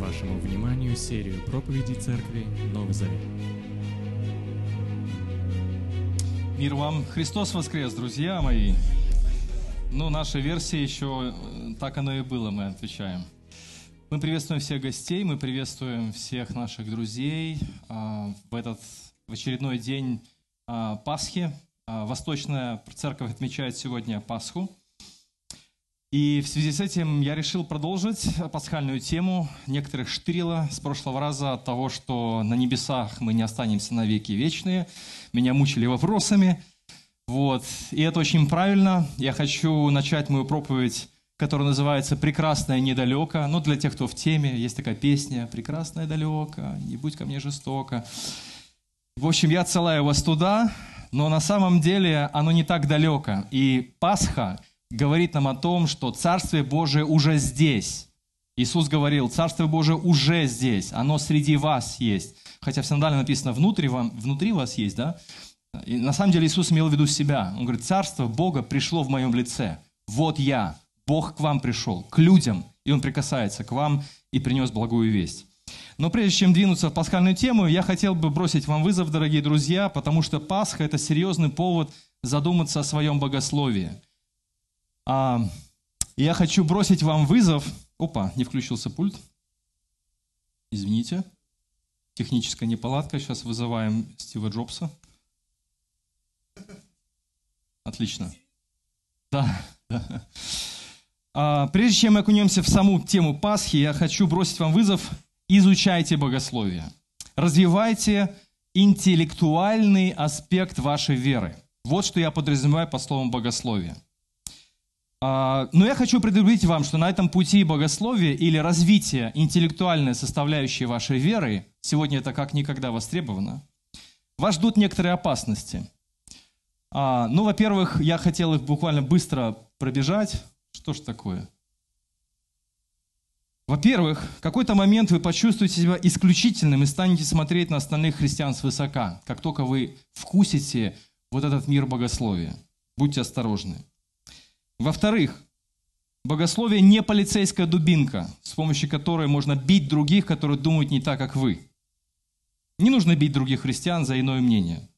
Вашему вниманию серию проповедей Церкви Новый Завет. Мир вам! Христос воскрес, друзья мои! Наша версия еще так оно и было, мы отвечаем. Мы приветствуем всех гостей, мы приветствуем всех наших друзей в очередной день Пасхи. Восточная церковь отмечает сегодня Пасху. И в связи с этим я решил продолжить пасхальную тему. Некоторых штырило с прошлого раза от того, что на небесах мы не останемся навеки вечные. Меня мучили вопросами. И это очень правильно. Я хочу начать мою проповедь, которая называется «Прекрасное недалеко». Для тех, кто в теме, есть такая песня «Прекрасное далеко, не будь ко мне жестоко». В общем, я отсылаю вас туда, но на самом деле оно не так далеко. И Пасха говорит нам о том, что Царствие Божие уже здесь. Иисус говорил, Царствие Божие уже здесь, оно среди вас есть. Хотя в синодальном написано, внутри вас есть, да? И на самом деле Иисус имел в виду себя. Он говорит, Царство Бога пришло в моем лице. Вот я, Бог к вам пришел, к людям, и Он прикасается к вам и принес благую весть. Но прежде чем двинуться в пасхальную тему, я хотел бы бросить вам вызов, дорогие друзья, потому что Пасха – это серьезный повод задуматься о своем богословии. Я хочу бросить вам вызов. Опа, не включился пульт. Извините. Техническая неполадка. Сейчас вызываем Стива Джобса. Отлично. Да. Прежде чем мы окунемся в саму тему Пасхи, я хочу бросить вам вызов. Изучайте богословие. Развивайте интеллектуальный аспект вашей веры. Вот что я подразумеваю под словом богословие. Но я хочу предупредить вам, что на этом пути богословия или развития интеллектуальной составляющей вашей веры, сегодня это как никогда востребовано, вас ждут некоторые опасности. Во-первых, я хотел их буквально быстро пробежать. Что ж такое? Во-первых, в какой-то момент вы почувствуете себя исключительным и станете смотреть на остальных христиан свысока, как только вы вкусите вот этот мир богословия. Будьте осторожны. Во-вторых, богословие не полицейская дубинка, с помощью которой можно бить других, которые думают не так, как вы. Не нужно бить других христиан за иное мнение.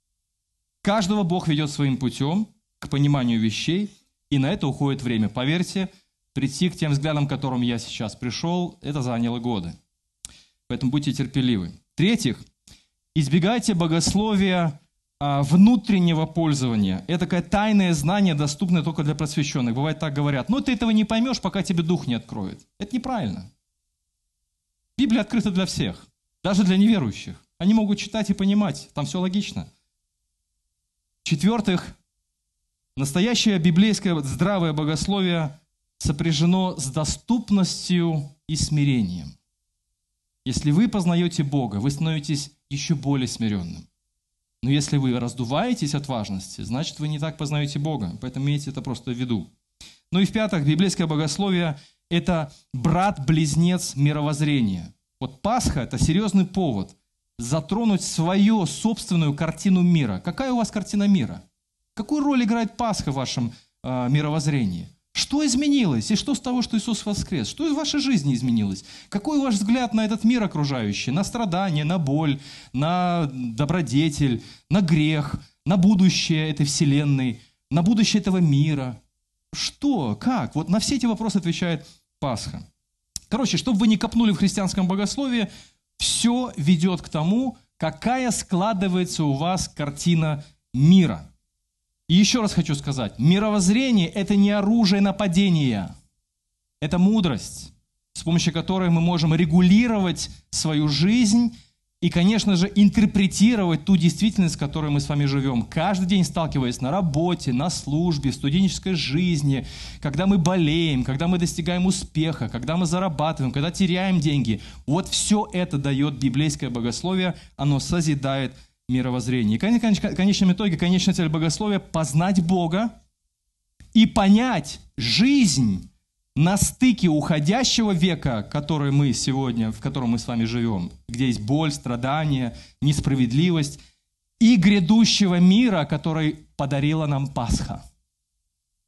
Каждого Бог ведет своим путем к пониманию вещей, и на это уходит время. Поверьте, прийти к тем взглядам, к которым я сейчас пришел, это заняло годы. Поэтому будьте терпеливы. В-третьих, избегайте богословия внутреннего пользования. Это такое тайное знание, доступное только для просвещенных. Бывает так говорят, ты этого не поймешь, пока тебе Дух не откроет. Это неправильно. Библия открыта для всех, даже для неверующих. Они могут читать и понимать, там все логично. В-четвертых, настоящее библейское здравое богословие сопряжено с доступностью и смирением. Если вы познаете Бога, вы становитесь еще более смиренным. Но если вы раздуваетесь от важности, значит, вы не так познаете Бога. Поэтому имейте это просто в виду. И в-пятых, библейское богословие – это брат-близнец мировоззрения. Пасха – это серьезный повод затронуть свою собственную картину мира. Какая у вас картина мира? Какую роль играет Пасха в вашем мировоззрении? Что изменилось? И что с того, что Иисус воскрес? Что из вашей жизни изменилось? Какой ваш взгляд на этот мир окружающий? На страдания, на боль, на добродетель, на грех, на будущее этой вселенной, на будущее этого мира? Что? Как? На все эти вопросы отвечает Пасха. Чтобы вы не копнули в христианском богословии, все ведет к тому, какая складывается у вас картина мира. И еще раз хочу сказать, мировоззрение – это не оружие нападения, это мудрость, с помощью которой мы можем регулировать свою жизнь и, конечно же, интерпретировать ту действительность, в которой мы с вами живем. Каждый день сталкиваясь на работе, на службе, в студенческой жизни, когда мы болеем, когда мы достигаем успеха, когда мы зарабатываем, когда теряем деньги. Все это дает библейское богословие, оно созидает мировоззрение. И в конечном итоге, конечная цель богословия – познать Бога и понять жизнь на стыке уходящего века, в котором мы с вами живем, где есть боль, страдания, несправедливость, и грядущего мира, который подарила нам Пасха.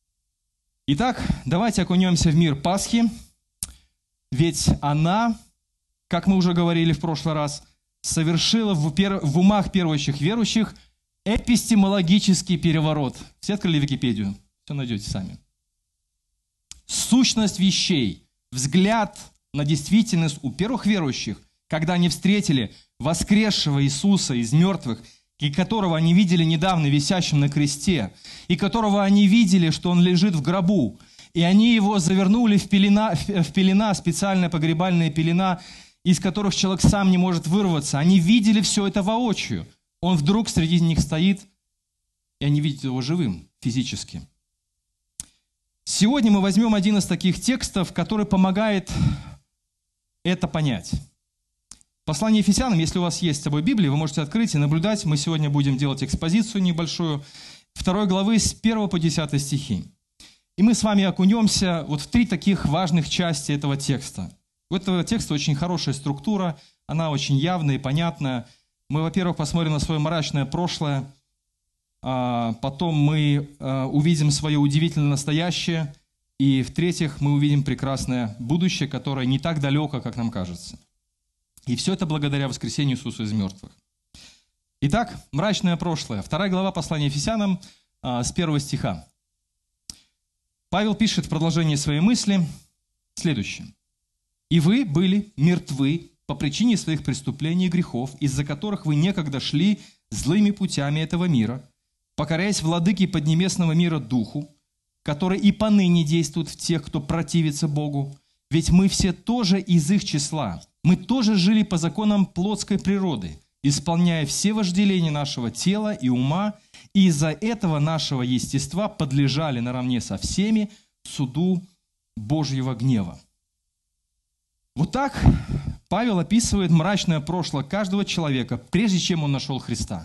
Итак, давайте окунемся в мир Пасхи, ведь она как мы уже говорили в прошлый раз, совершила в умах верующих эпистемологический переворот. Все открыли Википедию? Все найдете сами. Сущность вещей, взгляд на действительность у первых верующих, когда они встретили воскресшего Иисуса из мертвых, и которого они видели недавно висящим на кресте, и которого они видели, что он лежит в гробу, и они его завернули в пелена, специальная погребальная пелена, из которых человек сам не может вырваться. Они видели все это воочию. Он вдруг среди них стоит, и они видят его живым физически. Сегодня мы возьмем один из таких текстов, который помогает это понять. Послание Ефесянам, если у вас есть с собой Библия, вы можете открыть и наблюдать. Мы сегодня будем делать экспозицию небольшую. 2 главы с 1 по 10 стихи. И мы с вами окунемся вот в 3 таких важных части этого текста. У этого текста очень хорошая структура, она очень явная и понятная. Мы, во-первых, посмотрим на свое мрачное прошлое, потом мы увидим свое удивительное настоящее, и, в-третьих, мы увидим прекрасное будущее, которое не так далеко, как нам кажется. И все это благодаря воскресению Иисуса из мертвых. Итак, мрачное прошлое. 2 глава послания Ефесянам с 1 стиха. Павел пишет в продолжении своей мысли следующее. «И вы были мертвы по причине своих преступлений и грехов, из-за которых вы некогда шли злыми путями этого мира, покоряясь владыке поднебесного мира Духу, который и поныне действует в тех, кто противится Богу. Ведь мы все тоже из их числа. Мы тоже жили по законам плотской природы, исполняя все вожделения нашего тела и ума, и из-за этого нашего естества подлежали наравне со всеми суду Божьего гнева». Вот так Павел описывает мрачное прошлое каждого человека, прежде чем он нашел Христа.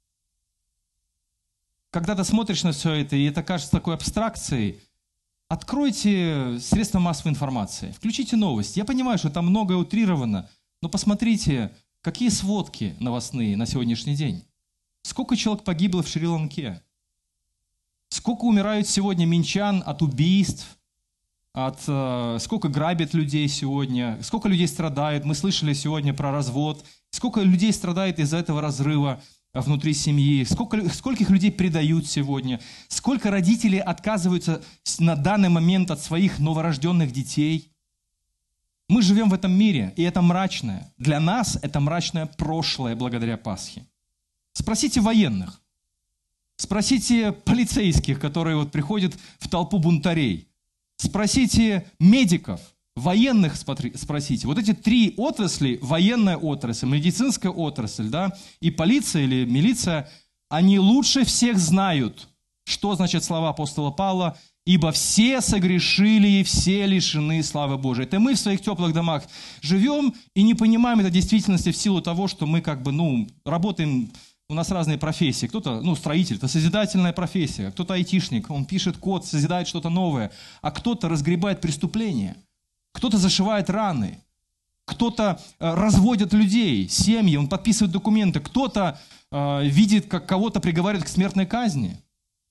Когда ты смотришь на все это, и это кажется такой абстракцией, откройте средства массовой информации, включите новости. Я понимаю, что там многое утрировано, но посмотрите, какие сводки новостные на сегодняшний день. Сколько человек погибло в Шри-Ланке? Сколько умирают сегодня минчан от убийств? Сколько грабят людей сегодня? Сколько людей страдает? Мы слышали сегодня про развод. Сколько людей страдает из-за этого разрыва внутри семьи? Скольких людей предают сегодня? Сколько родителей отказываются на данный момент от своих новорожденных детей? Мы живем в этом мире, и это мрачное. Для нас это мрачное прошлое благодаря Пасхе. Спросите военных, спросите полицейских, которые вот приходят в толпу бунтарей, спросите медиков, военных спросите. Вот эти 3 отрасли, военная отрасль, медицинская отрасль, да, и полиция или милиция, они лучше всех знают, что значит слова апостола Павла: «Ибо все согрешили и все лишены славы Божией». Это мы в своих теплых домах живем и не понимаем этой действительности в силу того, что мы работаем. У нас разные профессии. Кто-то, строитель, это созидательная профессия. Кто-то айтишник, он пишет код, созидает что-то новое. А кто-то разгребает преступления. Кто-то зашивает раны. Кто-то разводит людей, семьи, он подписывает документы. Кто-то видит, как кого-то приговаривают к смертной казни.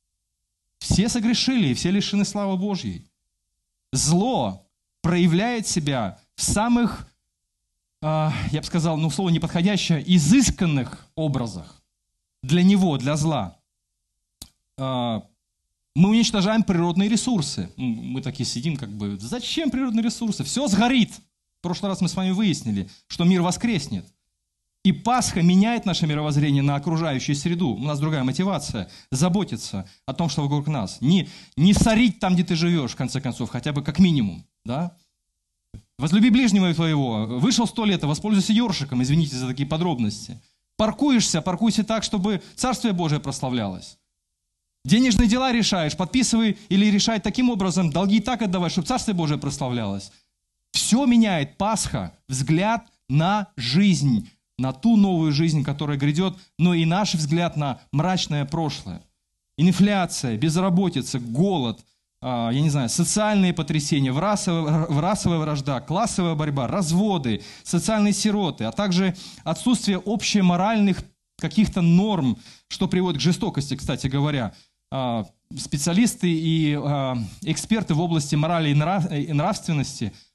Все согрешили, и все лишены славы Божьей. Зло проявляет себя в самых, я бы сказал, слово неподходящее, изысканных образах. Для него, для зла. Мы уничтожаем природные ресурсы. Мы такие сидим, зачем природные ресурсы? Все сгорит. В прошлый раз мы с вами выяснили, что мир воскреснет. И Пасха меняет наше мировоззрение на окружающую среду. У нас другая мотивация – заботиться о том, что вокруг нас. Не сорить там, где ты живешь, в конце концов, хотя бы как минимум. Да? Возлюби ближнего твоего. Вышел с туалета, воспользуйся ёршиком, извините за такие подробности. Паркуйся так, чтобы Царствие Божие прославлялось. Денежные дела решаешь, подписывай или решай таким образом, долги так отдавай, чтобы Царствие Божие прославлялось. Все меняет Пасха, взгляд на жизнь, на ту новую жизнь, которая грядет, но и наш взгляд на мрачное прошлое. Инфляция, безработица, голод, социальные потрясения, расовая вражда, классовая борьба, разводы, социальные сироты, а также отсутствие общеморальных каких-то норм, что приводит к жестокости, кстати говоря. Специалисты и эксперты в области морали и нравственности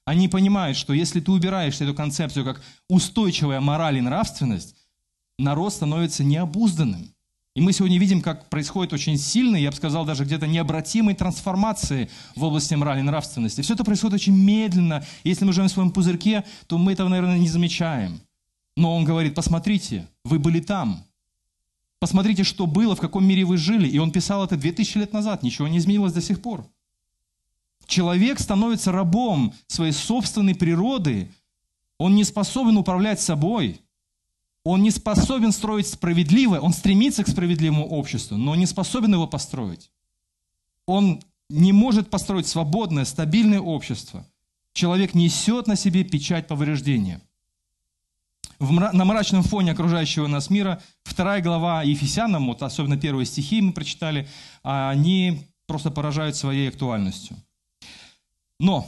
Они понимают, что если ты убираешь эту концепцию как устойчивая мораль и нравственность, народ становится необузданным. И мы сегодня видим, как происходит очень сильные, я бы сказал, даже где-то необратимые трансформации в области морали и нравственности. Все это происходит очень медленно. Если мы живем в своем пузырьке, то мы этого, наверное, не замечаем. Но он говорит, посмотрите, вы были там. Посмотрите, что было, в каком мире вы жили. И он писал это 2000 лет назад. Ничего не изменилось до сих пор. Человек становится рабом своей собственной природы. Он не способен управлять собой. Он не способен строить справедливое. Он стремится к справедливому обществу, но не способен его построить. Он не может построить свободное, стабильное общество. Человек несет на себе печать повреждения. На мрачном фоне окружающего нас мира 2 глава Ефесянам, вот особенно первые стихи мы прочитали, они просто поражают своей актуальностью. Но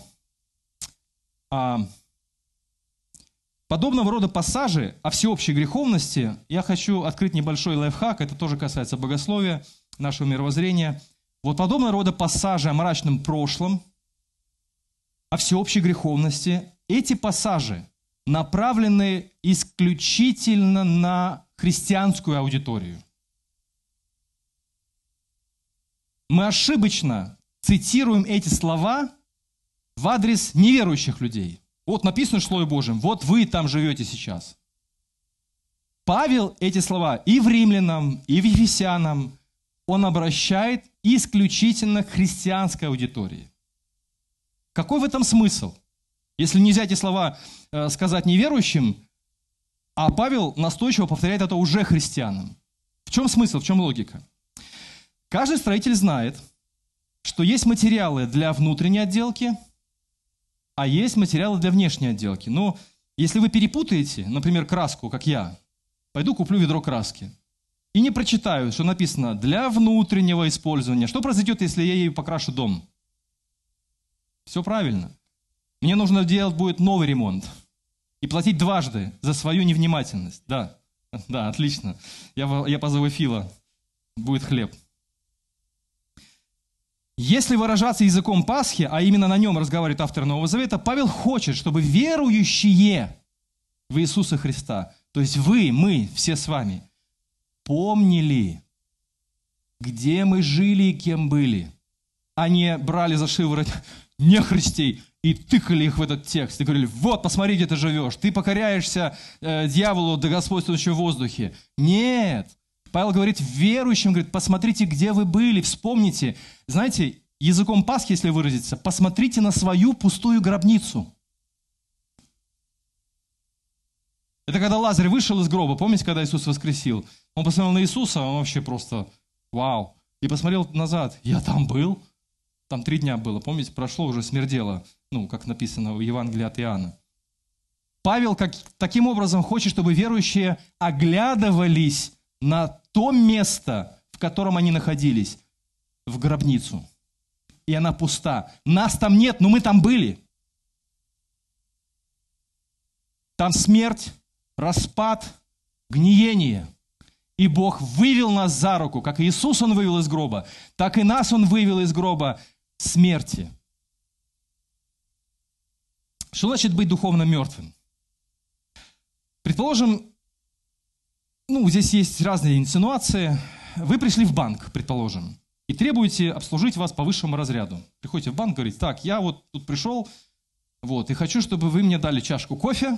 подобного рода пассажи о всеобщей греховности я хочу открыть небольшой лайфхак, это тоже касается богословия, нашего мировоззрения. Вот подобного рода пассажи о мрачном прошлом, о всеобщей греховности, эти пассажи направлены исключительно на христианскую аудиторию. Мы ошибочно цитируем эти слова в адрес неверующих людей. Вот написано в Слове Божьем, вот вы там живете сейчас. Павел эти слова и в Римлянам, и в Ефесянам он обращает исключительно к христианской аудитории. Какой в этом смысл? Если нельзя эти слова сказать неверующим, а Павел настойчиво повторяет это уже христианам. В чем смысл, в чем логика? Каждый строитель знает, что есть материалы для внутренней отделки, а есть материалы для внешней отделки. Но если вы перепутаете, например, краску, как я, пойду куплю ведро краски и не прочитаю, что написано «для внутреннего использования». Что произойдет, если я ею покрашу дом? Все правильно. Мне нужно делать будет новый ремонт и платить дважды за свою невнимательность. Да, отлично. Я позову Фила, будет хлеб. Если выражаться языком Пасхи, а именно на нем разговаривает автор Нового Завета, Павел хочет, чтобы верующие в Иисуса Христа, то есть вы, мы, все с вами, помнили, где мы жили и кем были, а не брали за шиворот нехристей и тыкали их в этот текст и говорили, вот, посмотри, где ты живешь, ты покоряешься дьяволу до господствующего в воздухе. Нет. Павел говорит верующим, говорит, посмотрите, где вы были, вспомните. Знаете, языком Пасхи, если выразиться, посмотрите на свою пустую гробницу. Это когда Лазарь вышел из гроба, помните, когда Иисус воскресил? Он посмотрел на Иисуса, он вообще просто вау. И посмотрел назад, я там был, там 3 дня было, помните, прошло, уже смердело, как написано в Евангелии от Иоанна. Павел таким образом хочет, чтобы верующие оглядывались на то место, в котором они находились, в гробницу. И она пуста. Нас там нет, но мы там были. Там смерть, распад, гниение. И Бог вывел нас за руку, как Иисус Он вывел из гроба, так и нас Он вывел из гроба смерти. Что значит быть духовно мертвым? Предположим, здесь есть разные инсинуации. Вы пришли в банк, предположим, и требуете обслужить вас по высшему разряду. Приходите в банк, говорите, так, я вот тут пришел, и хочу, чтобы вы мне дали чашку кофе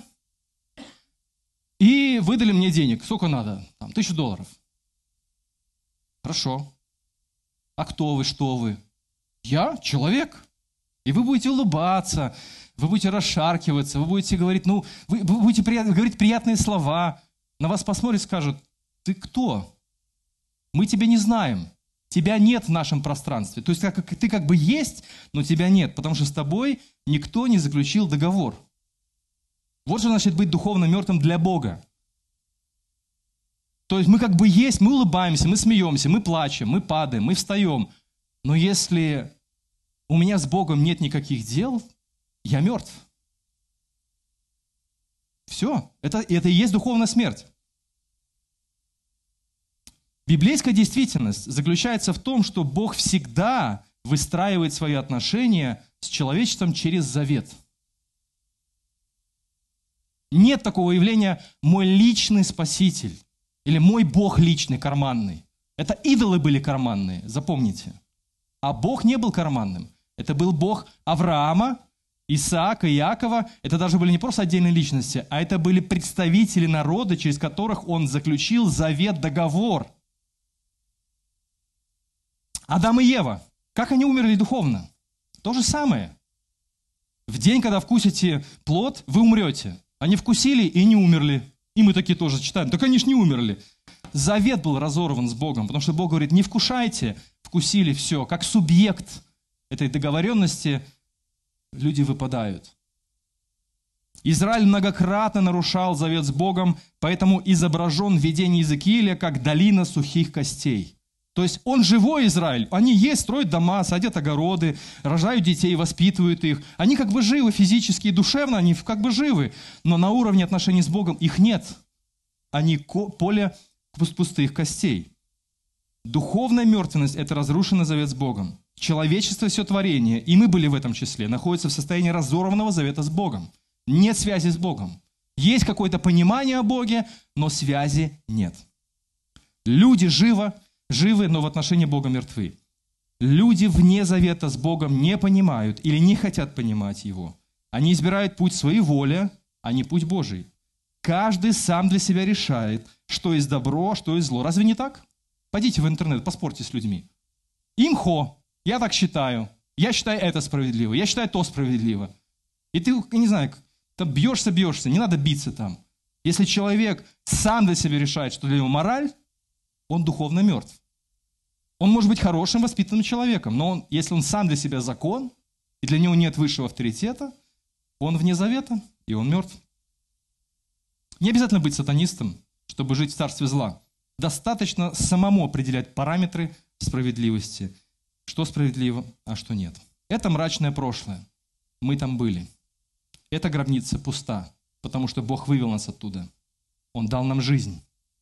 и выдали мне денег. Сколько надо? $1000. Хорошо. А кто вы, что вы? Я человек. И вы будете улыбаться, вы будете расшаркиваться, вы будете говорить, вы будете говорить приятные слова. На вас посмотрят и скажут, ты кто? Мы тебя не знаем. Тебя нет в нашем пространстве. То есть ты как бы есть, но тебя нет, потому что с тобой никто не заключил договор. Вот что значит быть духовно мертвым для Бога. То есть мы как бы есть, мы улыбаемся, мы смеемся, мы плачем, мы падаем, мы встаем. Но если у меня с Богом нет никаких дел, я мертв. Все. Это и есть духовная смерть. Библейская действительность заключается в том, что Бог всегда выстраивает свои отношения с человечеством через завет. Нет такого явления «мой личный спаситель» или «мой Бог личный, карманный». Это идолы были карманные, запомните. А Бог не был карманным. Это был Бог Авраама, Исаака, Иакова. Это даже были не просто отдельные личности, а это были представители народа, через которых он заключил завет, договор. Адам и Ева. Как они умерли духовно? То же самое. В день, когда вкусите плод, вы умрете. Они вкусили и не умерли. И мы такие тоже читаем. Так они ж не умерли. Завет был разорван с Богом, потому что Бог говорит, не вкушайте, вкусили, все. Как субъект этой договоренности люди выпадают. Израиль многократно нарушал завет с Богом, поэтому изображен в видении Иезекииля как долина сухих костей. То есть он живой Израиль, они есть, строят дома, садят огороды, рожают детей, воспитывают их. Они как бы живы физически и душевно, они как бы живы, но на уровне отношений с Богом их нет. Они поле пустых костей. Духовная мертвенность – это разрушенный завет с Богом. Человечество, все творение, и мы были в этом числе, находится в состоянии разорванного завета с Богом. Нет связи с Богом. Есть какое-то понимание о Боге, но связи нет. Люди живы, но в отношении Бога мертвы. Люди вне завета с Богом не понимают или не хотят понимать Его. Они избирают путь своей воли, а не путь Божий. Каждый сам для себя решает, что есть добро, что есть зло. Разве не так? Пойдите в интернет, поспорьте с людьми. Имхо, я так считаю. Я считаю это справедливо, я считаю то справедливо. И ты, не знаю, там бьешься, не надо биться там. Если человек сам для себя решает, что для него мораль, он духовно мертв. Он может быть хорошим, воспитанным человеком, но если он сам для себя закон, и для него нет высшего авторитета, он вне завета, и он мертв. Не обязательно быть сатанистом, чтобы жить в царстве зла. Достаточно самому определять параметры справедливости, что справедливо, а что нет. Это мрачное прошлое. Мы там были. Эта гробница пуста, потому что Бог вывел нас оттуда. Он дал нам жизнь.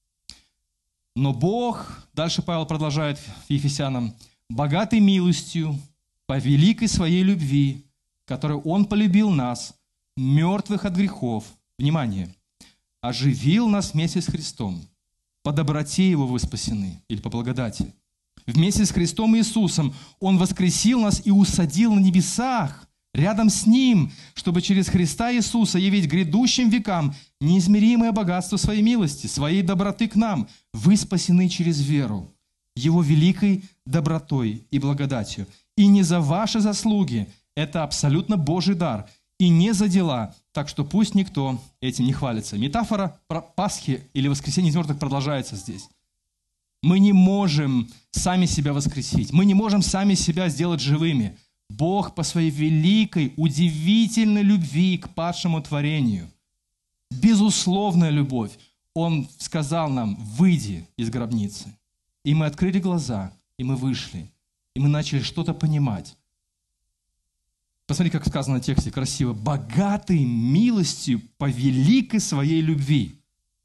Но Бог, дальше Павел продолжает в Ефесянам, богатый милостью, по великой своей любви, которой Он полюбил нас, мертвых от грехов, внимание, оживил нас вместе с Христом. По доброте Его вы спасены, или по благодати. Вместе с Христом Иисусом Он воскресил нас и усадил на небесах, рядом с Ним, чтобы через Христа Иисуса явить грядущим векам неизмеримое богатство Своей милости, Своей доброты к нам. Вы спасены через веру, Его великой добротой и благодатью. И не за ваши заслуги, это абсолютно Божий дар, и не за дела, так что пусть никто этим не хвалится. Метафора про Пасхи или воскресение из мертвых продолжается здесь. Мы не можем сами себя воскресить, мы не можем сами себя сделать живыми. Бог по своей великой, удивительной любви к падшему творению, безусловная любовь, Он сказал нам, выйди из гробницы. И мы открыли глаза, и мы вышли, и мы начали что-то понимать. Посмотри, как сказано в тексте красиво. Богатый милостью по великой своей любви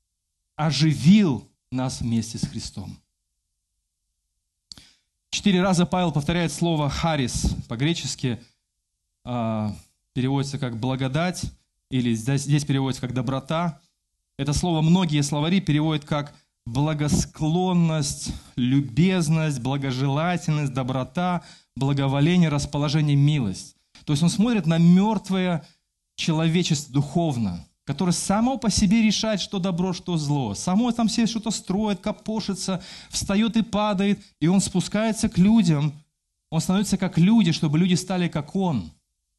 оживил нас вместе с Христом. 4 раза Павел повторяет слово «харис». По-гречески переводится как «благодать», или здесь переводится как «доброта». Это слово многие словари переводят как благосклонность, любезность, благожелательность, доброта, благоволение, расположение, милость. То есть он смотрит на мертвое человечество духовно, которое само по себе решает, что добро, что зло. Само там себе что-то строит, копошится, встает и падает, и он спускается к людям. Он становится как люди, чтобы люди стали как он.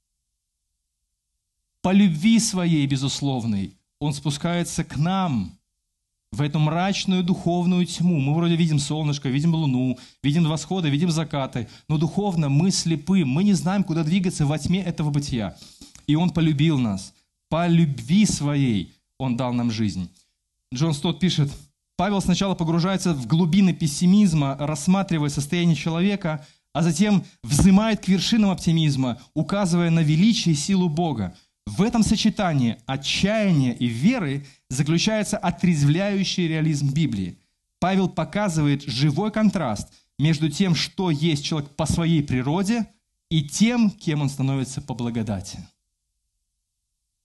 По любви своей безусловной он спускается к нам в эту мрачную духовную тьму. Мы вроде видим солнышко, видим луну, видим восходы, видим закаты, но духовно мы слепы, мы не знаем, куда двигаться во тьме этого бытия. И Он полюбил нас. По любви своей Он дал нам жизнь. Джон Стотт пишет, Павел сначала погружается в глубины пессимизма, рассматривая состояние человека, а затем взымает к вершинам оптимизма, указывая на величие и силу Бога. В этом сочетании отчаяния и веры заключается отрезвляющий реализм Библии. Павел показывает живой контраст между тем, что есть человек по своей природе, и тем, кем он становится по благодати.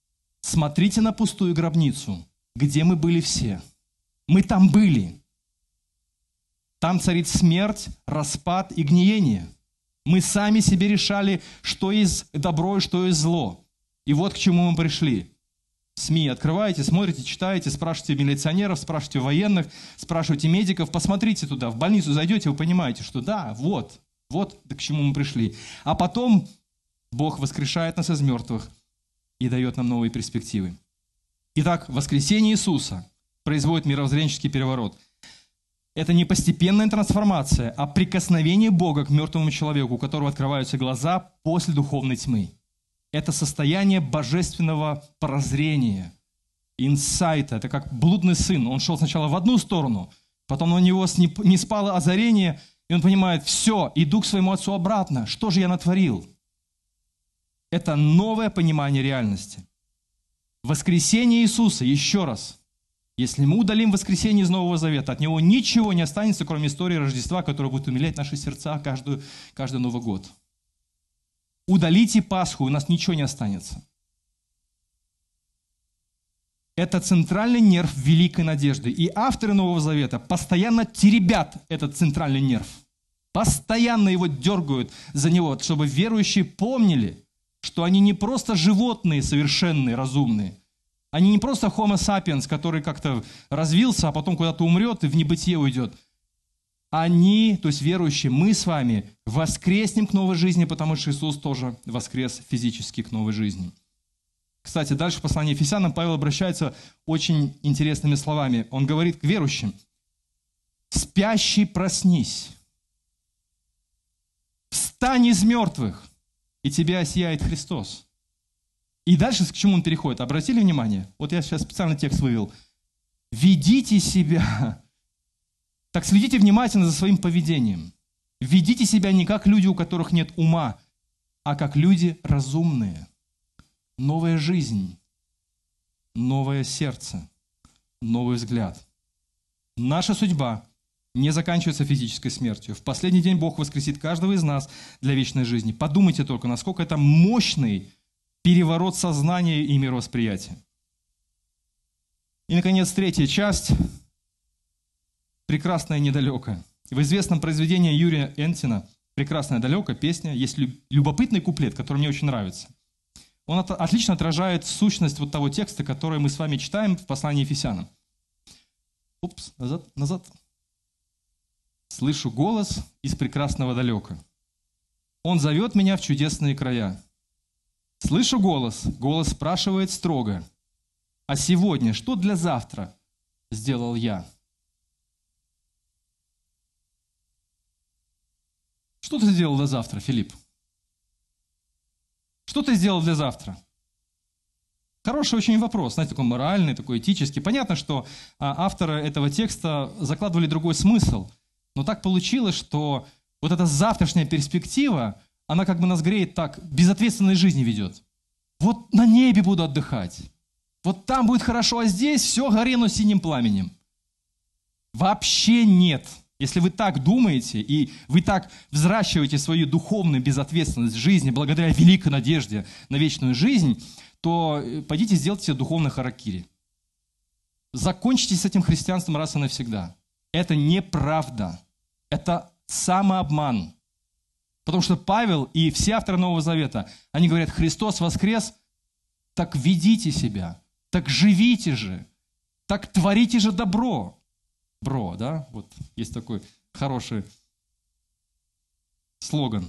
Смотрите на пустую гробницу, где мы были все. Мы там были. Там царит смерть, распад и гниение. Мы сами себе решали, что есть добро и что есть зло. И вот к чему мы пришли. СМИ открываете, смотрите, читаете, спрашиваете милиционеров, спрашиваете военных, спрашиваете медиков, посмотрите туда, в больницу зайдете, вы понимаете, что да, вот к чему мы пришли. А потом Бог воскрешает нас из мертвых и дает нам новые перспективы. Итак, воскресение Иисуса производит мировоззренческий переворот. Это не постепенная трансформация, а прикосновение Бога к мертвому человеку, у которого открываются глаза после духовной тьмы. Это состояние божественного прозрения, инсайта. Это как блудный сын. Он шел сначала в одну сторону, потом на него не спало озарение, и он понимает, все, иду к своему отцу обратно. Что же я натворил? Это новое понимание реальности. Воскресение Иисуса, еще раз. Если мы удалим воскресение из Нового Завета, от него ничего не останется, кроме истории Рождества, которая будет умилять наши сердца каждый Новый год. Удалите Пасху, у нас ничего не останется. Это центральный нерв великой надежды. И авторы Нового Завета постоянно теребят этот центральный нерв. Постоянно его дергают за него, чтобы верующие помнили, что они не просто животные совершенные, разумные. Они не просто Homo sapiens, который как-то развился, а потом куда-то умрет и в небытие уйдет. Они, то есть верующие, мы с вами воскреснем к новой жизни, потому что Иисус тоже воскрес физически к новой жизни. Кстати, дальше в послании Ефесянам Павел обращается очень интересными словами. Он говорит к верующим: «Спящий, проснись, встань из мертвых, и тебя осияет Христос». И дальше к чему он переходит? Обратили внимание? Вот я сейчас специально текст вывел. «Ведите себя». Так следите внимательно за своим поведением. Ведите себя не как люди, у которых нет ума, а как люди разумные. Новая жизнь, новое сердце, новый взгляд. Наша судьба не заканчивается физической смертью. В последний день Бог воскресит каждого из нас для вечной жизни. Подумайте только, насколько это мощный переворот сознания и мировосприятия. И, наконец, третья часть – «Прекрасное недалеко». В известном произведении Юрия Энтина «Прекрасное далеко» песня есть любопытный куплет, который мне очень нравится. Он отлично отражает сущность вот того текста, который мы с вами читаем в послании Ефесянам. Назад. «Слышу голос из прекрасного далека. Он зовет меня в чудесные края. Слышу голос спрашивает строго: а сегодня что для завтра сделал я?» Что ты сделал для завтра, Филипп? Что ты сделал для завтра? Хороший очень вопрос, знаете, такой моральный, такой этический. Понятно, что авторы этого текста закладывали другой смысл, но так получилось, что вот эта завтрашняя перспектива, она как бы нас греет так, безответственной жизни ведет. Вот на небе буду отдыхать, вот там будет хорошо, а здесь все горено синим пламенем. Вообще нет. Если вы так думаете, и вы так взращиваете свою духовную безответственность в жизни благодаря великой надежде на вечную жизнь, то пойдите сделайте себе духовный харакири. Закончите с этим христианством раз и навсегда. Это неправда. Это самообман. Потому что Павел и все авторы Нового Завета, они говорят: Христос воскрес, так ведите себя, так живите же, так творите же добро. Да? Вот есть такой хороший слоган.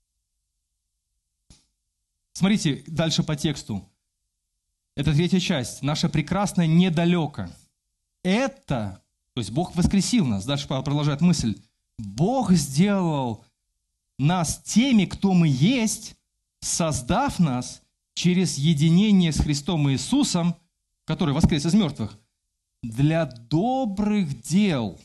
Смотрите дальше по тексту. Это третья часть. Наша прекрасная недалеко. Это, то есть Бог воскресил нас. Дальше Павел продолжает мысль. Бог сделал нас теми, кто мы есть, создав нас через единение с Христом Иисусом, который воскрес из мертвых, для добрых дел,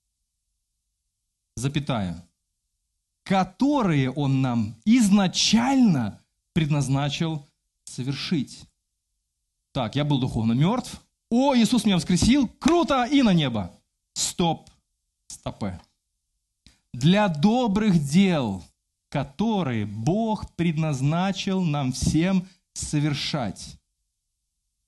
которые Он нам изначально предназначил совершить. Так, я был духовно мертв. О, Иисус меня воскресил. Круто! И на небо. Стопе. Для добрых дел, которые Бог предназначил нам всем совершать.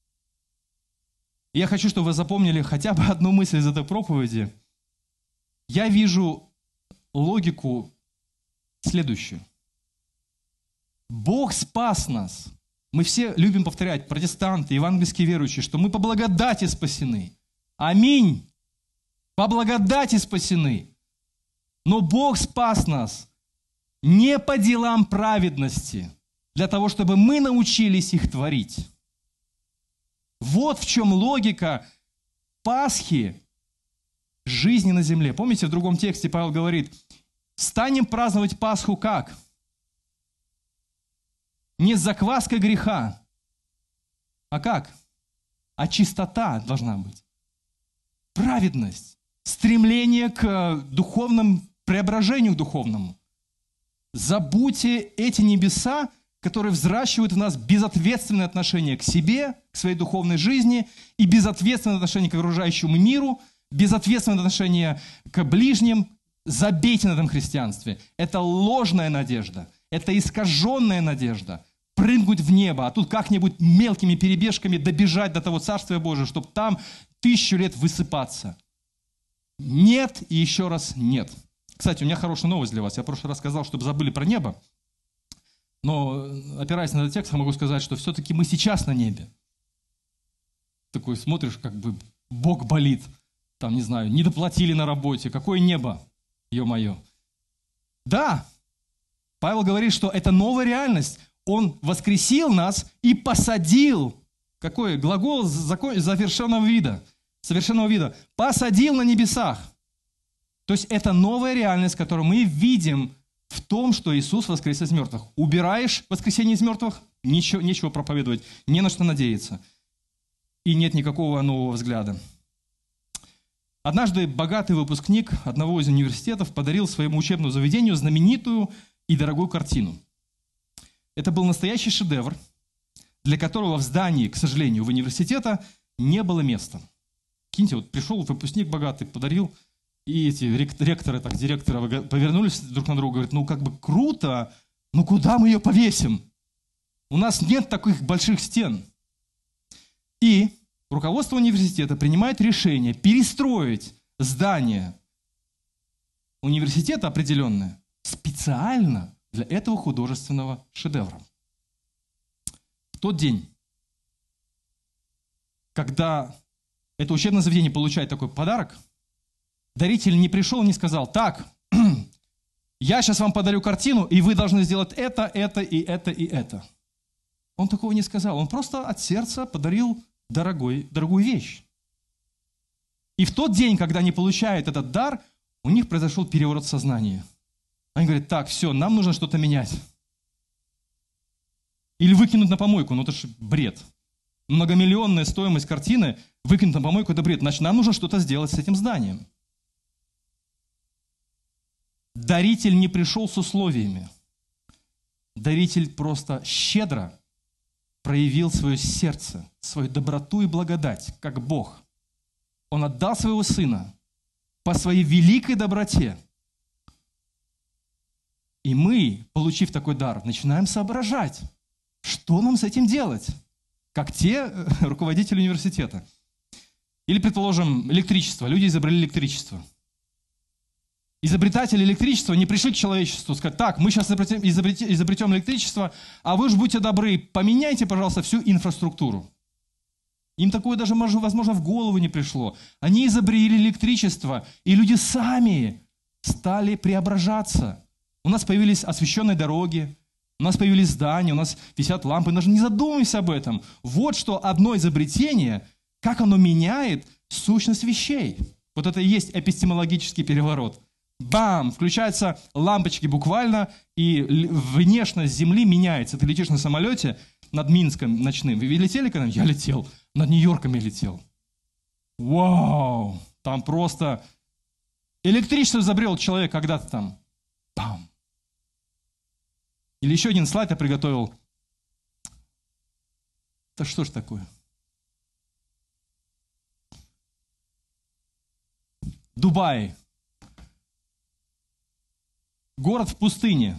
И я хочу, чтобы вы запомнили хотя бы одну мысль из этой проповеди. Я вижу логику следующую. Бог спас нас. Мы все любим повторять, протестанты, евангельские верующие, что мы по благодати спасены. Аминь. По благодати спасены. Но Бог спас нас не по делам праведности, для того, чтобы мы научились их творить. Вот в чем логика Пасхи жизни на земле. Помните, в другом тексте Павел говорит, станем праздновать Пасху как? Не с закваской греха, а как? А чистота должна быть. Праведность, стремление к духовному преображению духовному. Забудьте эти небеса, которые взращивают в нас безответственное отношение к себе, к своей духовной жизни и безответственное отношение к окружающему миру, безответственное отношение к ближним. Забейте на этом христианстве. Это ложная надежда, это искаженная надежда. Прыгнуть в небо, а тут как-нибудь мелкими перебежками добежать до того Царствия Божия, чтобы там 1000 лет высыпаться. Нет и еще раз нет. Кстати, у меня хорошая новость для вас. Я в прошлый раз сказал, чтобы забыли про небо. Но, опираясь на этот текст, я могу сказать, что все-таки мы сейчас на небе. Такой смотришь, как бы Бог болит. Там, не знаю, не доплатили на работе. Какое небо, ё-моё. Да, Павел говорит, что это новая реальность. Он воскресил нас и посадил. Какой глагол завершенного вида? Совершенного вида. Посадил на небесах. То есть это новая реальность, которую мы видим в том, что Иисус воскрес из мертвых. Убираешь воскресение из мертвых, нечего проповедовать, не на что надеяться. И нет никакого нового взгляда. Однажды богатый выпускник одного из университетов подарил своему учебному заведению знаменитую и дорогую картину. Это был настоящий шедевр, для которого в здании, к сожалению, в университета не было места. Киньте, вот пришел выпускник богатый, подарил, и эти ректоры, директоры повернулись друг на друга, говорят, ну как бы круто, но куда мы ее повесим? У нас нет таких больших стен. И руководство университета принимает решение перестроить здание университета определенное специально для этого художественного шедевра. В тот день, когда это учебное заведение получает такой подарок, даритель не пришел и не сказал, так, я сейчас вам подарю картину, и вы должны сделать это и это. Он такого не сказал. Он просто от сердца подарил дорогую вещь. И в тот день, когда они получают этот дар, у них произошел переворот сознания. Они говорят, так, все, нам нужно что-то менять. Или выкинуть на помойку, ну это же бред. Многомиллионная стоимость картины, выкинуть на помойку, это бред. Значит, нам нужно что-то сделать с этим зданием. Даритель не пришел с условиями. Даритель просто щедро проявил свое сердце, свою доброту и благодать, как Бог. Он отдал своего Сына по своей великой доброте. И мы, получив такой дар, начинаем соображать, что нам с этим делать, как те руководители университета. Или, предположим, электричество. Люди изобрели электричество. Изобретатели электричества не пришли к человечеству сказать, так, мы сейчас изобретем электричество, а вы уж будьте добры, поменяйте, пожалуйста, всю инфраструктуру. Им такое даже, возможно, в голову не пришло. Они изобрели электричество, и люди сами стали преображаться. У нас появились освещенные дороги, у нас появились здания, у нас висят лампы, даже не задумывайся об этом. Вот что одно изобретение, как оно меняет сущность вещей. Вот это и есть эпистемологический переворот. Бам! Включаются лампочки буквально, и внешность Земли меняется. Ты летишь на самолете над Минском ночным. Вы летели когда-нибудь? Я летел. Над Нью-Йорком я летел. Вау! Там просто... Электричество изобрел человек когда-то там. Бам! Или еще один слайд я приготовил. Это что ж такое? Дубай. Город в пустыне.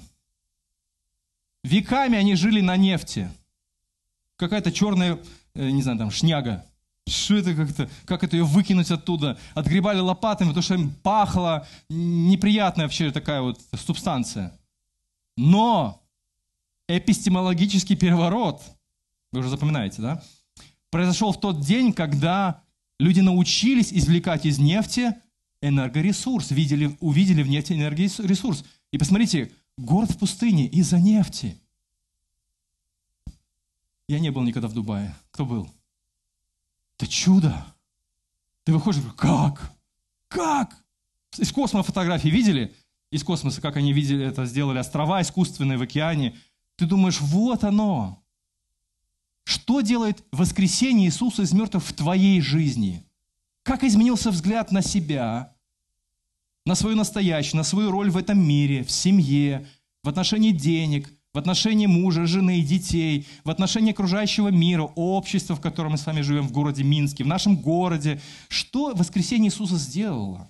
Веками они жили на нефти. Какая-то черная, не знаю, там, шняга. Что это как-то? Как это ее выкинуть оттуда? Отгребали лопатами, потому что им пахло. Неприятная вообще такая вот субстанция. Но эпистемологический переворот, вы уже запоминаете, да? Произошел в тот день, когда люди научились извлекать из нефти энергоресурс, увидели в нефти энергоресурс. И посмотрите, город в пустыне из-за нефти. Я не был никогда в Дубае. Кто был? Это чудо. Ты выходишь и говоришь, как? Как? Из космоса фотографии видели? Из космоса, как они видели это, сделали острова искусственные в океане. Ты думаешь, вот оно. Что делает воскресение Иисуса из мертвых в твоей жизни? Как изменился взгляд на себя, на свою настоящую, на свою роль в этом мире, в семье, в отношении денег, в отношении мужа, жены, детей, в отношении окружающего мира, общества, в котором мы с вами живем, в городе Минске, в нашем городе. Что воскресение Иисуса сделало?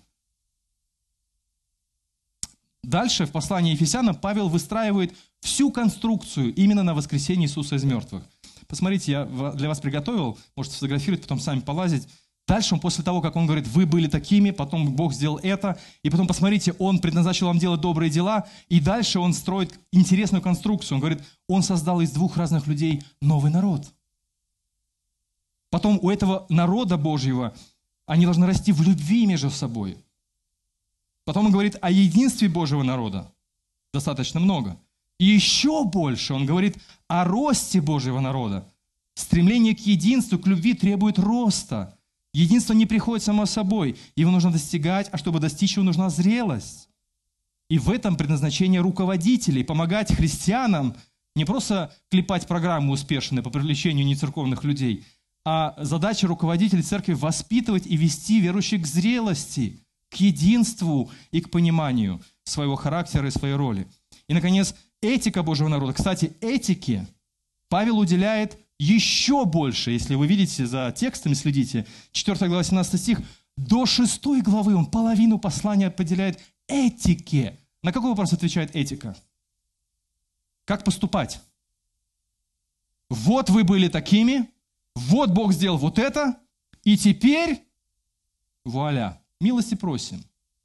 Дальше в послании Ефесянам Павел выстраивает всю конструкцию именно на воскресение Иисуса из мертвых. Посмотрите, я для вас приготовил, можете сфотографировать, потом сами полазить. Дальше он после того, как он говорит, вы были такими, потом Бог сделал это, и потом посмотрите, он предназначил вам делать добрые дела, и дальше он строит интересную конструкцию. Он говорит, он создал из двух разных людей новый народ. Потом у этого народа Божьего они должны расти в любви между собой. Потом он говорит о единстве Божьего народа. Достаточно много. И еще больше он говорит о росте Божьего народа. Стремление к единству, к любви требует роста. Единство не приходит само собой. Его нужно достигать, а чтобы достичь его, нужна зрелость. И в этом предназначение руководителей – помогать христианам не просто клепать программы успешные по привлечению нецерковных людей, а задача руководителей церкви – воспитывать и вести верующих к зрелости, к единству и к пониманию своего характера и своей роли. И, наконец, этика Божьего народа. Кстати, этике Павел уделяет еще больше, если вы видите за текстами, следите, 4 глава, 17 стих, до 6 главы он половину послания поделяет этике. На какой вопрос отвечает этика? Как поступать? Вот вы были такими, вот Бог сделал вот это, и теперь, вуаля, милости просим.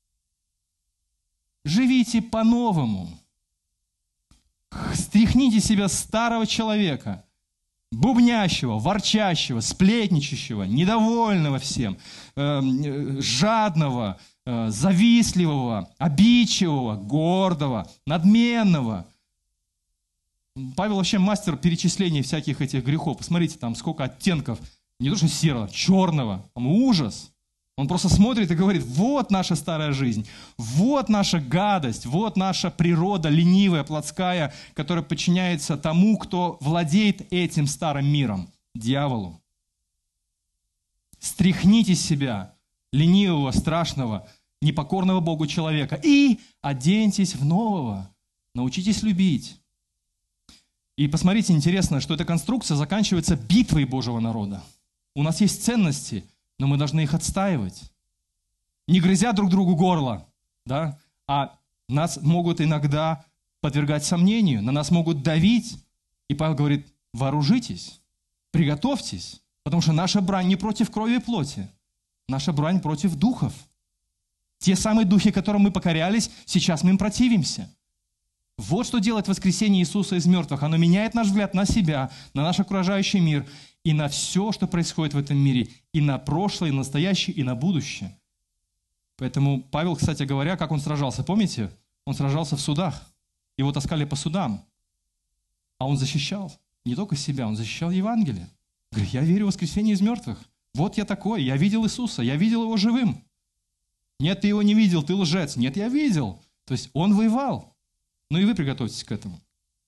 Живите по-новому. Стряхните себя старого человека, бубнящего, ворчащего, сплетничащего, недовольного всем, жадного, завистливого, обидчивого, гордого, надменного. Павел вообще мастер перечисления всяких этих грехов. Посмотрите, там сколько оттенков, не то что серого, черного, там ужас. Он просто смотрит и говорит, вот наша старая жизнь, вот наша гадость, вот наша природа ленивая, плотская, которая подчиняется тому, кто владеет этим старым миром, дьяволу. Стряхните с себя ленивого, страшного, непокорного Богу человека и оденьтесь в нового, научитесь любить. И посмотрите, интересно, что эта конструкция заканчивается битвой Божьего народа. У нас есть ценности, но мы должны их отстаивать. Не грызя друг другу горло, да? А нас могут иногда подвергать сомнению, на нас могут давить. И Павел говорит, вооружитесь, приготовьтесь, потому что наша брань не против крови и плоти, наша брань против духов. Те самые духи, которым мы покорялись, сейчас мы им противимся. Вот что делает воскресение Иисуса из мертвых. Оно меняет наш взгляд на себя, на наш окружающий мир и на все, что происходит в этом мире, и на прошлое, и на настоящее, и на будущее. Поэтому Павел, кстати говоря, как он сражался, помните? Он сражался в судах. Его таскали по судам. А он защищал не только себя, он защищал Евангелие. Говорит, я верю в воскресение из мертвых. Вот я такой, я видел Иисуса, я видел его живым. Нет, ты его не видел, ты лжец. Нет, я видел. То есть он воевал. Ну и вы приготовьтесь к этому.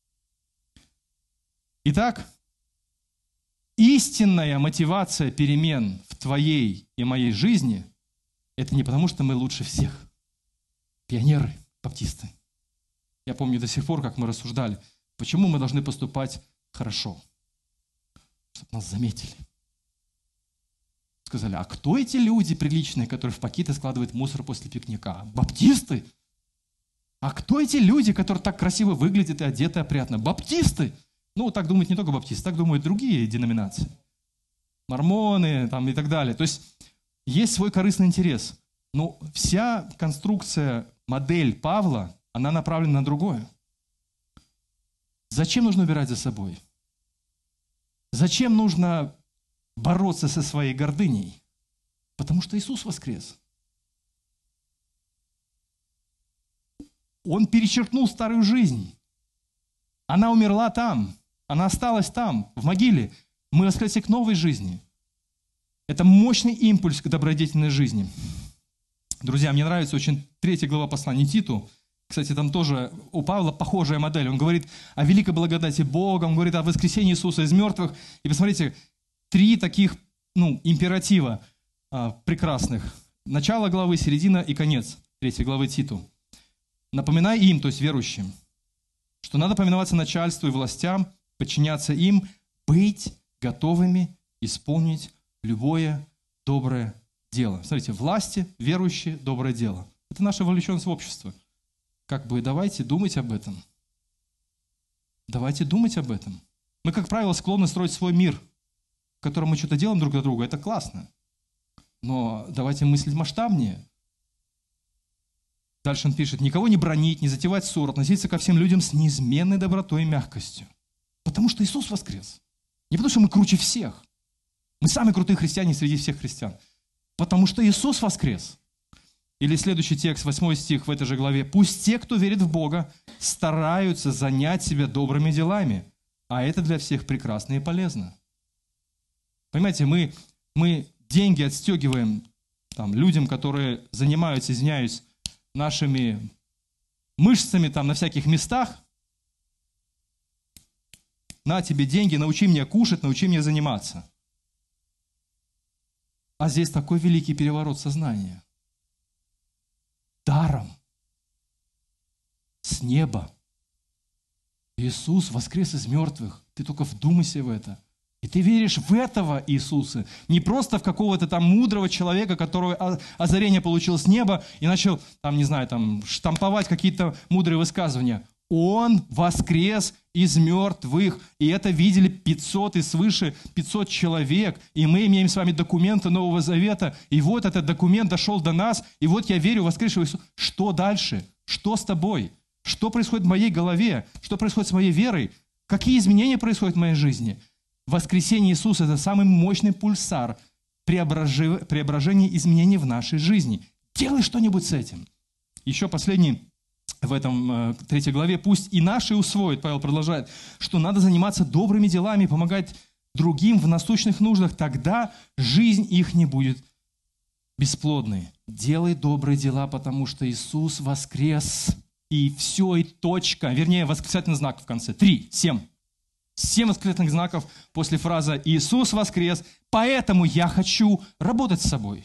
Итак, истинная мотивация перемен в твоей и моей жизни – это не потому, что мы лучше всех. Пионеры, баптисты. Я помню до сих пор, как мы рассуждали, почему мы должны поступать хорошо, чтобы нас заметили. Сказали, а кто эти люди приличные, которые в пакеты складывают мусор после пикника? Баптисты? А кто эти люди, которые так красиво выглядят и одеты опрятно? Баптисты! Ну, так думают не только баптисты, так думают другие деноминации. мормоны там, и так далее. То есть есть свой корыстный интерес. Но вся конструкция, модель Павла, она направлена на другое. Зачем нужно убирать за собой? Зачем нужно бороться со своей гордыней? Потому что Иисус воскрес. Он перечеркнул старую жизнь. Она умерла там. Она осталась там, в могиле. Мы воскресли к новой жизни. Это мощный импульс к добродетельной жизни. Друзья, мне нравится очень 3 глава послания Титу. Кстати, там тоже у Павла похожая модель. Он говорит о великой благодати Бога, он говорит о воскресении Иисуса из мертвых. И посмотрите, 3 таких императива прекрасных. Начало главы, середина и конец 3 главы Титу. Напоминай им, то есть верующим, что надо повиноваться начальству и властям, подчиняться им, быть готовыми исполнить любое доброе дело. Смотрите, власти, верующие, доброе дело. Это наша вовлеченность в общество. Давайте думать об этом. Давайте думать об этом. Мы, как правило, склонны строить свой мир, в котором мы что-то делаем друг для друга. Это классно. Но давайте мыслить масштабнее. Дальше он пишет: никого не бранить, не затевать ссор, относиться ко всем людям с неизменной добротой и мягкостью. Потому что Иисус воскрес. Не потому что мы круче всех. Мы самые крутые христиане среди всех христиан. Потому что Иисус воскрес. Или следующий текст, 8 стих в этой же главе. «Пусть те, кто верит в Бога, стараются занять себя добрыми делами, а это для всех прекрасно и полезно». Понимаете, мы деньги отстегиваем людям, которые занимаются, извиняюсь, нашими мышцами на всяких местах. На тебе деньги, научи меня кушать, научи меня заниматься. А здесь такой великий переворот сознания. Даром. С неба. Иисус воскрес из мертвых. Ты только вдумайся в это. И ты веришь в этого Иисуса. Не просто в какого-то мудрого человека, которого озарение получил с неба и начал, штамповать какие-то мудрые высказывания. Он воскрес из мертвых. И это видели 500 и свыше 500 человек. И мы имеем с вами документы Нового Завета. И вот этот документ дошел до нас. И вот я верю в воскресшего Иисуса. Что дальше? Что с тобой? Что происходит в моей голове? Что происходит с моей верой? Какие изменения происходят в моей жизни? Воскресение Иисуса – это самый мощный пульсар преображения, изменений в нашей жизни. Делай что-нибудь с этим. Еще последний в этом 3 главе. «Пусть и наши усвоят», Павел продолжает, что надо заниматься добрыми делами, помогать другим в насущных нуждах, тогда жизнь их не будет бесплодной. Делай добрые дела, потому что Иисус воскрес. И все, и точка. Вернее, восклицательный знак в конце. 7 восклицательных знаков после фразы «Иисус воскрес, поэтому я хочу работать с собой».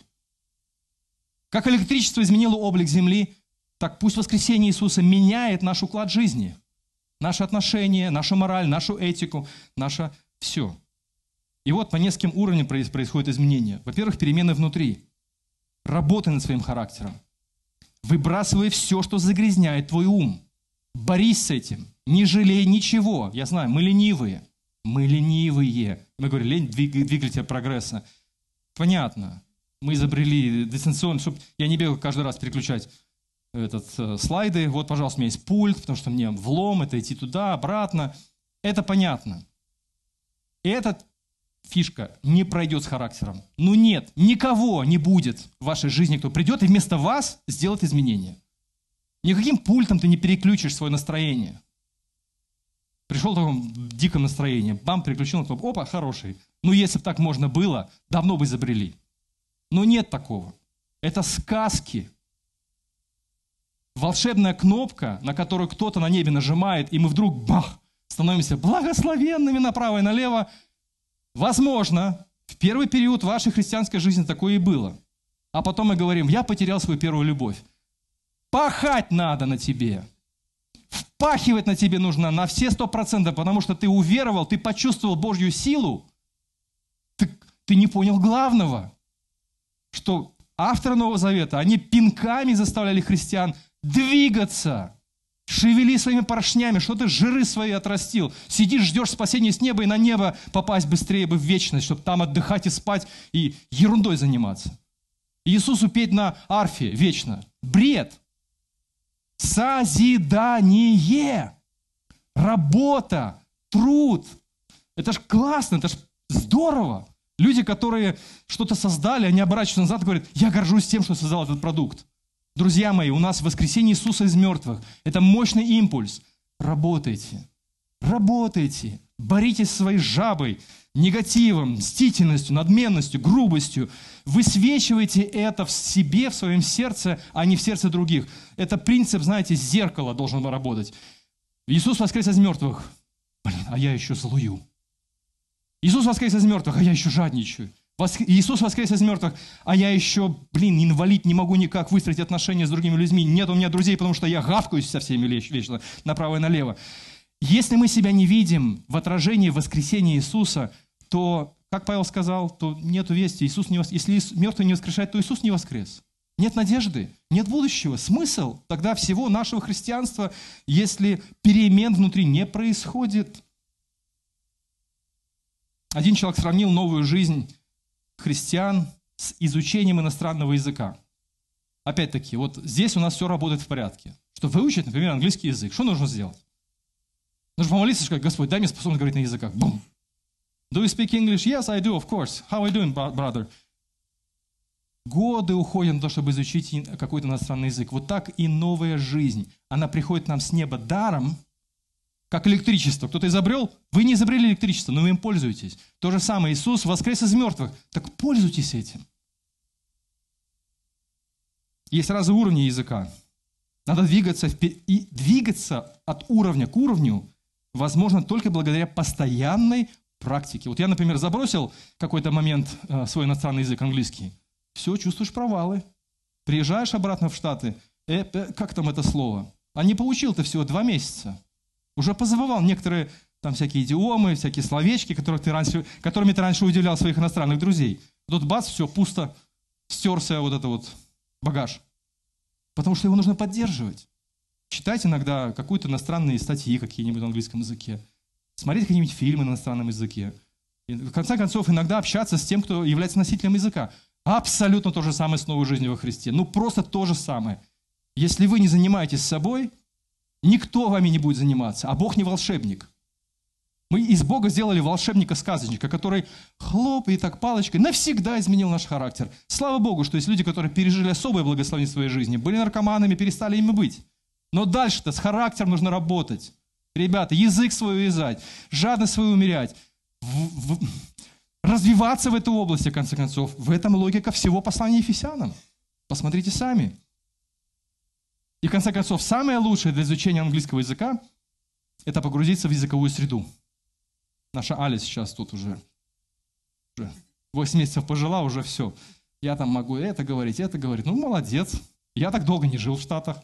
Как электричество изменило облик Земли, так пусть воскресение Иисуса меняет наш уклад жизни, наши отношения, нашу мораль, нашу этику, наше все. И вот по нескольким уровням происходят изменения. Во-первых, перемены внутри. Работай над своим характером. Выбрасывай все, что загрязняет твой ум. Борись с этим. Не жалей ничего. Я знаю, мы ленивые. Мы ленивые. Мы говорим, лень – двигатель прогресса. Понятно. Мы изобрели дистанционно, чтобы я не бегал каждый раз переключать слайды. Вот, пожалуйста, у меня есть пульт, потому что мне влом, это идти туда, обратно. Это понятно. Эта фишка не пройдет с характером. Ну нет, никого не будет в вашей жизни, кто придет и вместо вас сделает изменения. Никаким пультом ты не переключишь свое настроение. Пришел в таком диком настроении, бам, переключил на кнопку, опа, хороший. Ну, если бы так можно было, давно бы изобрели. Но нет такого. Это сказки. Волшебная кнопка, на которую кто-то на небе нажимает, и мы вдруг, бах, становимся благословенными направо и налево. Возможно, в первый период вашей христианской жизни такое и было. А потом мы говорим, я потерял свою первую любовь. Пахать надо на тебе. Впахивать на тебе нужно на все 100%, потому что ты уверовал, ты почувствовал Божью силу. Ты не понял главного, что авторы Нового Завета, они пинками заставляли христиан двигаться. Шевели своими поршнями, что ты жиры свои отрастил. Сидишь, ждешь спасения с неба и на небо попасть быстрее бы в вечность, чтобы там отдыхать и спать и ерундой заниматься. Иисусу петь на арфе вечно. Бред. Созидание. Работа. Труд. Это ж классно, это ж здорово. Люди, которые что-то создали, они оборачиваются назад и говорят: я горжусь тем, что создал этот продукт. Друзья мои, у нас воскресение Иисуса из мертвых. Это мощный импульс. Работайте. Работайте. Боритесь со своей жабой, негативом, мстительностью, надменностью, грубостью. Высвечивайте это в себе, в своем сердце, а не в сердце других. Это принцип, знаете, зеркала должен работать. Иисус воскрес из мертвых. А я еще злую. Иисус воскрес из мертвых, а я еще жадничаю. Иисус воскрес из мертвых, а я еще, инвалид, не могу никак выстроить отношения с другими людьми. Нет у меня друзей, потому что я гавкаюсь со всеми вечно, направо и налево. Если мы себя не видим в отражении воскресения Иисуса, то, как Павел сказал, то нету вести. Если мертвый не воскрешает, то Иисус не воскрес. Нет надежды, нет будущего. Смысл тогда всего нашего христианства, если перемен внутри не происходит. Один человек сравнил новую жизнь христиан с изучением иностранного языка. Опять-таки, вот здесь у нас все работает в порядке. Чтобы выучить, например, английский язык, что нужно сделать? Нужно помолиться и сказать: Господь, дай мне способность говорить на языках. Бум! Do you speak English? Yes, I do, of course. How are you doing, brother? Годы уходят на то, чтобы изучить какой-то иностранный язык. Вот так и новая жизнь. Она приходит к нам с неба даром, как электричество. Кто-то изобрел, вы не изобрели электричество, но вы им пользуетесь. То же самое, Иисус воскрес из мертвых. Так пользуйтесь этим. Есть разные уровни языка. Надо двигаться, и двигаться от уровня к уровню возможно только благодаря постоянной практике. Вот я, например, забросил какой-то момент свой иностранный язык, английский. Все, чувствуешь провалы. Приезжаешь обратно в Штаты, как там это слово? А не получил ты всего 2 месяца. Уже позабывал некоторые там всякие идиомы, всякие словечки, которыми ты раньше удивлял своих иностранных друзей. Тут бац, все, пусто, стерся вот этот вот багаж. Потому что его нужно поддерживать. Читать иногда какие-то иностранные статьи какие-нибудь на английском языке. Смотреть какие-нибудь фильмы на иностранном языке. И в конце концов, иногда общаться с тем, кто является носителем языка. Абсолютно то же самое с новой жизнью во Христе. Просто то же самое. Если вы не занимаетесь собой, никто вами не будет заниматься, а Бог не волшебник. Мы из Бога сделали волшебника-сказочника, который хлоп и так палочкой навсегда изменил наш характер. Слава Богу, что есть люди, которые пережили особое благословение в своей жизни, были наркоманами, перестали ими быть. Но дальше-то с характером нужно работать. Ребята, язык свой вязать, жадность свою умерять, развиваться в этой области, в конце концов. В этом логика всего послания Ефесянам. Посмотрите сами. И в конце концов, самое лучшее для изучения английского языка – это погрузиться в языковую среду. Наша Аля сейчас тут уже 8 месяцев пожила, уже все. Я там могу это говорить. Молодец. Я так долго не жил в Штатах.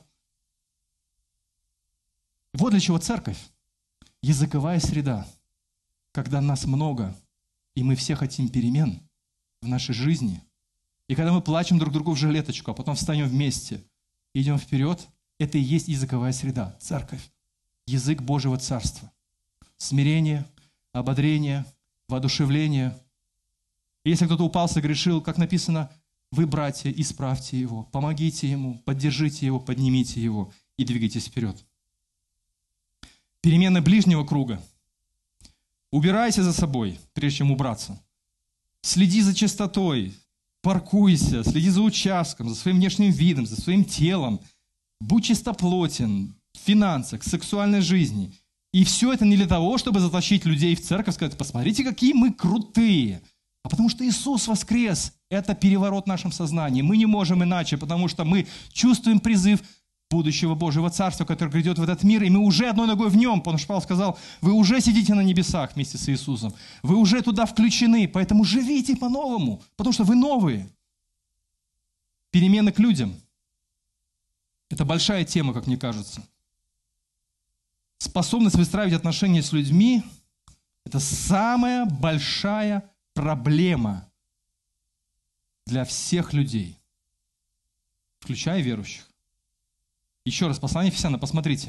Вот для чего церковь. Языковая среда. Когда нас много, и мы все хотим перемен в нашей жизни. И когда мы плачем друг другу в жилеточку, а потом встанем вместе, идем вперед, это и есть языковая среда, церковь. Язык Божьего Царства. Смирение, ободрение, воодушевление. И если кто-то упал, согрешил, как написано, вы, братья, исправьте его, помогите ему, поддержите его, поднимите его и двигайтесь вперед. Перемены ближнего круга. Убирайся за собой, прежде чем убраться. Следи за чистотой, паркуйся, следи за участком, за своим внешним видом, за своим телом. Будь чистоплотен в финансах, в сексуальной жизни. И все это не для того, чтобы затащить людей в церковь, сказать: посмотрите, какие мы крутые. А потому что Иисус воскрес. Это переворот в нашем сознании. Мы не можем иначе, потому что мы чувствуем призыв будущего Божьего Царства, которое грядет в этот мир, и мы уже одной ногой в нем, потому что Павел сказал: вы уже сидите на небесах вместе с Иисусом, вы уже туда включены, поэтому живите по-новому, потому что вы новые. Перемены к людям. Это большая тема, как мне кажется. Способность выстраивать отношения с людьми – это самая большая проблема для всех людей, включая верующих. Еще раз, послание Ефесянам, посмотрите.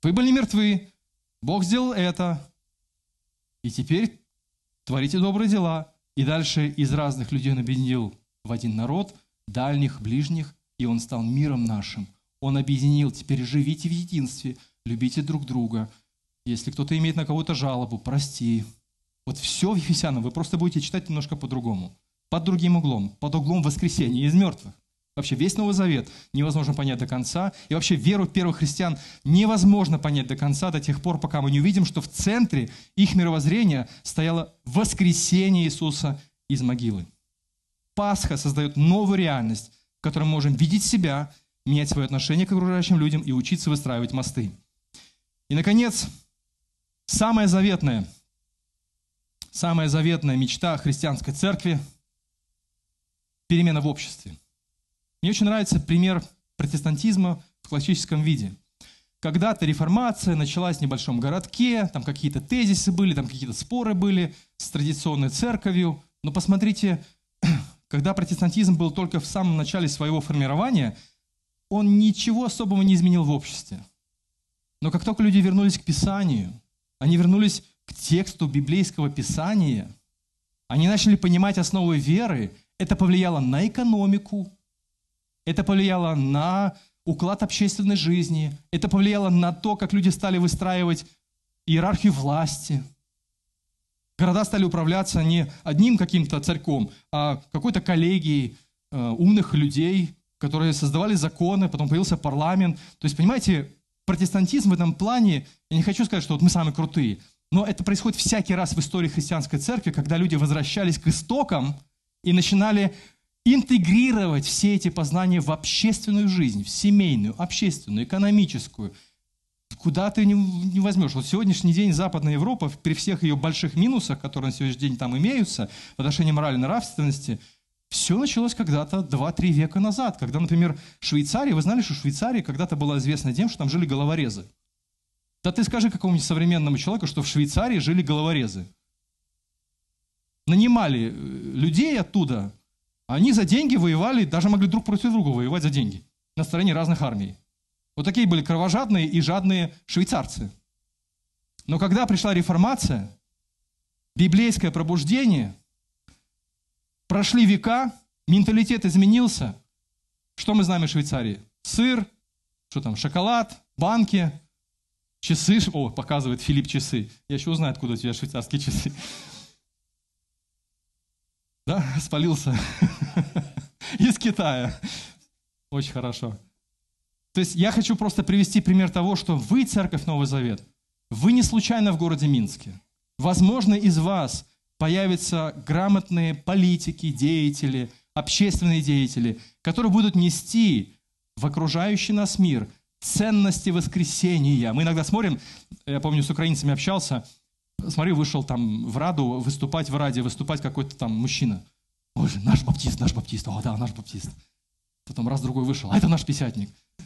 Вы были мертвы, Бог сделал это, и теперь творите добрые дела. И дальше из разных людей Он объединил в один народ, дальних, ближних, и Он стал миром нашим. Он объединил, теперь живите в единстве, любите друг друга. Если кто-то имеет на кого-то жалобу, прости. Вот все в Ефесянам вы просто будете читать немножко по-другому, под другим углом, под углом воскресения из мертвых. Вообще весь Новый Завет невозможно понять до конца, и вообще веру первых христиан невозможно понять до конца до тех пор, пока мы не увидим, что в центре их мировоззрения стояло воскресение Иисуса из могилы. Пасха создает новую реальность, в которой мы можем видеть себя, менять свое отношение к окружающим людям и учиться выстраивать мосты. И, наконец, самая заветная мечта христианской церкви – перемена в обществе. Мне очень нравится пример протестантизма в классическом виде. Когда-то реформация началась в небольшом городке, там какие-то тезисы были, там какие-то споры были с традиционной церковью. Но посмотрите, когда протестантизм был только в самом начале своего формирования, он ничего особого не изменил в обществе. Но как только люди вернулись к Писанию, они вернулись к тексту библейского Писания, они начали понимать основы веры, это повлияло на экономику, это повлияло на уклад общественной жизни, это повлияло на то, как люди стали выстраивать иерархию власти. Города стали управляться не одним каким-то царьком, а какой-то коллегией умных людей, которые создавали законы, потом появился парламент. То есть, понимаете, протестантизм в этом плане, я не хочу сказать, что вот мы самые крутые, но это происходит всякий раз в истории христианской церкви, когда люди возвращались к истокам и начинали интегрировать все эти познания в общественную жизнь, в семейную, общественную, экономическую. Куда ты не возьмешь. Вот сегодняшний день Западная Европа, при всех ее больших минусах, которые на сегодняшний день там имеются, в отношении моральной нравственности, все началось когда-то 2-3 века назад, когда, например, Швейцария, вы знали, что Швейцария когда-то была известна тем, что там жили головорезы? Да ты скажи какому-нибудь современному человеку, что в Швейцарии жили головорезы. Нанимали людей оттуда, они за деньги воевали, даже могли друг против друга воевать за деньги на стороне разных армий. Вот такие были кровожадные и жадные швейцарцы. Но когда пришла реформация, библейское пробуждение, прошли века, менталитет изменился. Что мы знаем о Швейцарии? Сыр, что там, шоколад, банки, часы. О, показывает Филипп часы. Я еще узнаю, откуда у тебя швейцарские часы. Да, спалился. Из Китая. Очень хорошо. То есть я хочу просто привести пример того, что вы, Церковь Новый Завет, вы не случайно в городе Минске. Возможно, из вас появятся грамотные политики, деятели, общественные деятели, которые будут нести в окружающий нас мир ценности воскресения. Мы иногда смотрим, я помню, с украинцами общался, смотри, вышел там в Раду выступать, в Раде выступать какой-то там мужчина. Ой, наш баптист, о да, наш баптист. Потом раз-другой вышел, а это наш пятидесятник.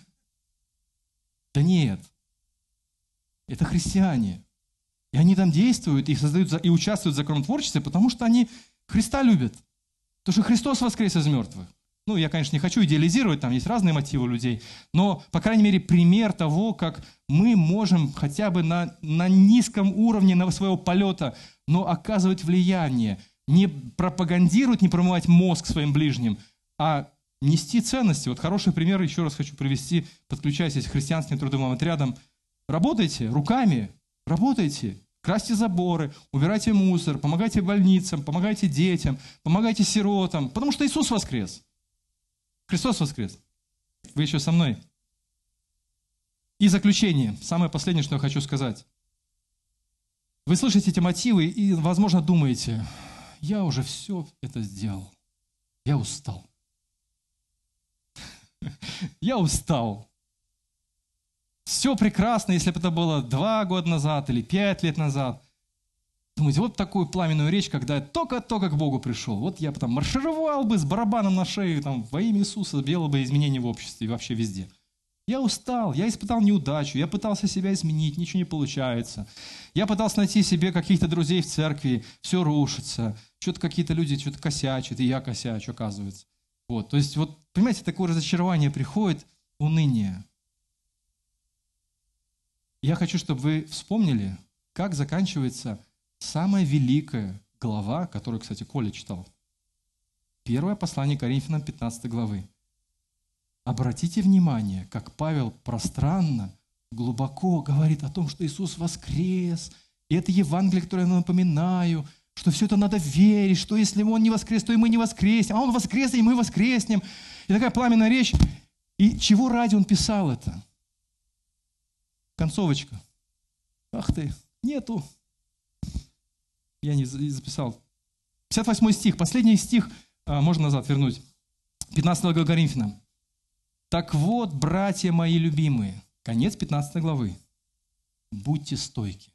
Да нет, это христиане. И они там действуют, и создают, и участвуют в законотворчестве, потому что они Христа любят. Потому что Христос воскрес из мертвых. Ну, я, конечно, не хочу идеализировать, там есть разные мотивы у людей, но, по крайней мере, пример того, как мы можем хотя бы на низком уровне своего полета, но оказывать влияние, не пропагандировать, не промывать мозг своим ближним, а нести ценности. Вот хороший пример еще раз хочу привести, подключайтесь к христианским трудовым отрядам. Работайте руками, работайте, красьте заборы, убирайте мусор, помогайте больницам, помогайте детям, помогайте сиротам, потому что Иисус воскрес. Христос воскрес. Вы еще со мной? И заключение, самое последнее, что я хочу сказать. Вы слышите эти мотивы и, возможно, думаете, я уже все это сделал, я устал. Я устал. Все прекрасно, если бы это было 2 года назад или 5 лет назад. Думаете, вот такую пламенную речь, когда я только-только к Богу пришел. Вот я бы там маршировал бы с барабаном на шее, там, во имя Иисуса делал бы изменения в обществе и вообще везде. Я устал, я испытал неудачу, я пытался себя изменить, ничего не получается. Я пытался найти себе каких-то друзей в церкви, все рушится. Что-то какие-то люди что-то косячат, и я косячу, оказывается. Вот, то есть, вот, понимаете, такое разочарование приходит, уныние. Я хочу, чтобы вы вспомнили, как заканчивается самая великая глава, которую, кстати, Коля читал. Первое послание Коринфянам 15 главы. Обратите внимание, как Павел пространно, глубоко говорит о том, что Иисус воскрес. И это Евангелие, которое я напоминаю, что все это надо верить, что если Он не воскрес, то и мы не воскреснем, а Он воскрес, и мы воскреснем. И такая пламенная речь. И чего ради Он писал это? Концовочка. Ах ты, нету. Я не записал. 58 стих, последний стих, можно назад вернуть. 15 глава Коринфянам. Так вот, братья мои любимые, конец 15 главы. Будьте стойки.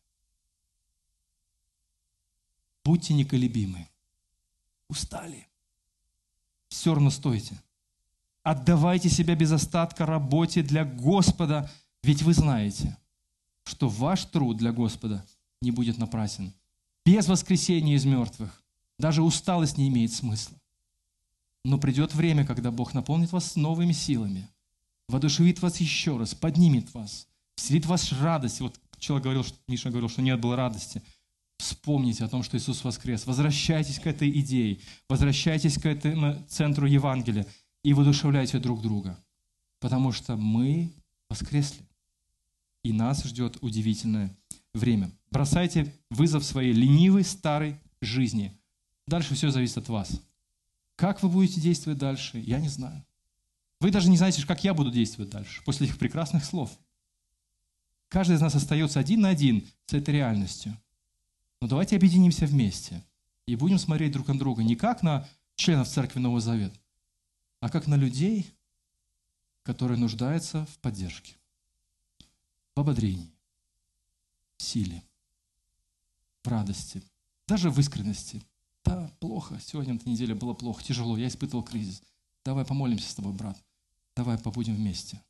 Будьте неколебимы. Устали. Все равно стойте. Отдавайте себя без остатка работе для Господа, ведь вы знаете, что ваш труд для Господа не будет напрасен. Без воскресения из мертвых даже усталость не имеет смысла. Но придет время, когда Бог наполнит вас новыми силами, воодушевит вас еще раз, поднимет вас, вселит в вас радость. Вот человек говорил, Миша говорил, что нет было радости. Вспомните о том, что Иисус воскрес. Возвращайтесь к этой идее, возвращайтесь к этому центру Евангелия и воодушевляйте друг друга. Потому что мы воскресли. И нас ждет удивительное время. Бросайте вызов своей ленивой старой жизни. Дальше все зависит от вас. Как вы будете действовать дальше, я не знаю. Вы даже не знаете, как я буду действовать дальше, после этих прекрасных слов. Каждый из нас остается один на один с этой реальностью. Но давайте объединимся вместе и будем смотреть друг на друга не как на членов Церкви Нового Завета, а как на людей, которые нуждаются в поддержке, в ободрении, в силе, в радости, даже в искренности. Да, плохо, сегодня на этой неделе было плохо, тяжело, я испытывал кризис. Давай помолимся с тобой, брат. Давай побудем вместе.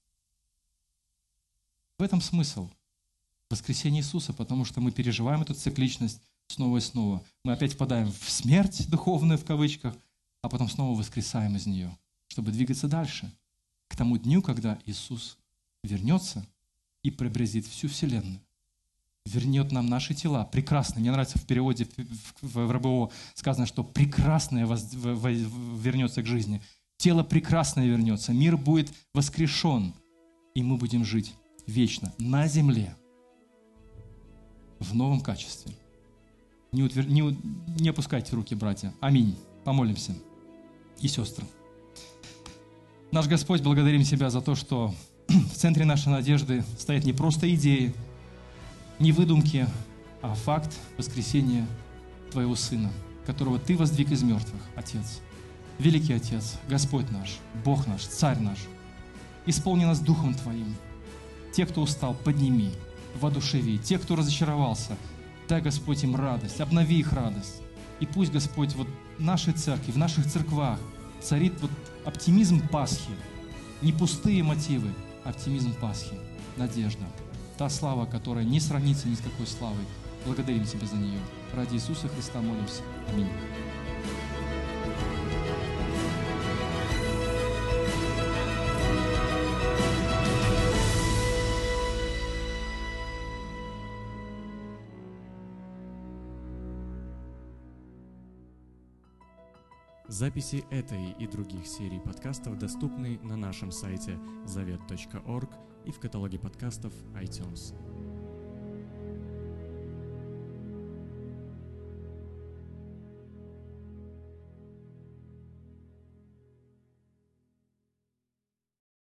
В этом смысл воскресения Иисуса, потому что мы переживаем эту цикличность снова и снова. Мы опять впадаем в смерть духовную, в кавычках, а потом снова воскресаем из нее, чтобы двигаться дальше, к тому дню, когда Иисус вернется и преобразит всю вселенную. Вернет нам наши тела. Прекрасные. Мне нравится в переводе в РБО сказано, что прекрасное вернется к жизни. Тело прекрасное вернется. Мир будет воскрешен. И мы будем жить вечно на земле. В новом качестве. Не опускайте руки, братья. Аминь. Помолимся. И сестры. Наш Господь, благодарим Тебя за то, что в центре нашей надежды стоят не просто идеи, не выдумки, а факт воскресения Твоего Сына, которого Ты воздвиг из мертвых, Отец. Великий Отец, Господь наш, Бог наш, Царь наш, исполни нас Духом Твоим. Те, кто устал, подними, воодушеви. Те, кто разочаровался, дай, Господь, им радость, обнови их радость. И пусть, Господь, вот в нашей церкви, в наших церквах царит вот оптимизм Пасхи. Не пустые мотивы, а оптимизм Пасхи, надежда. Та слава, которая не сравнится ни с какой славой. Благодарим Тебя за нее. Ради Иисуса Христа молимся. Аминь. Записи этой и других серий подкастов доступны на нашем сайте завет.орг и в каталоге подкастов iTunes.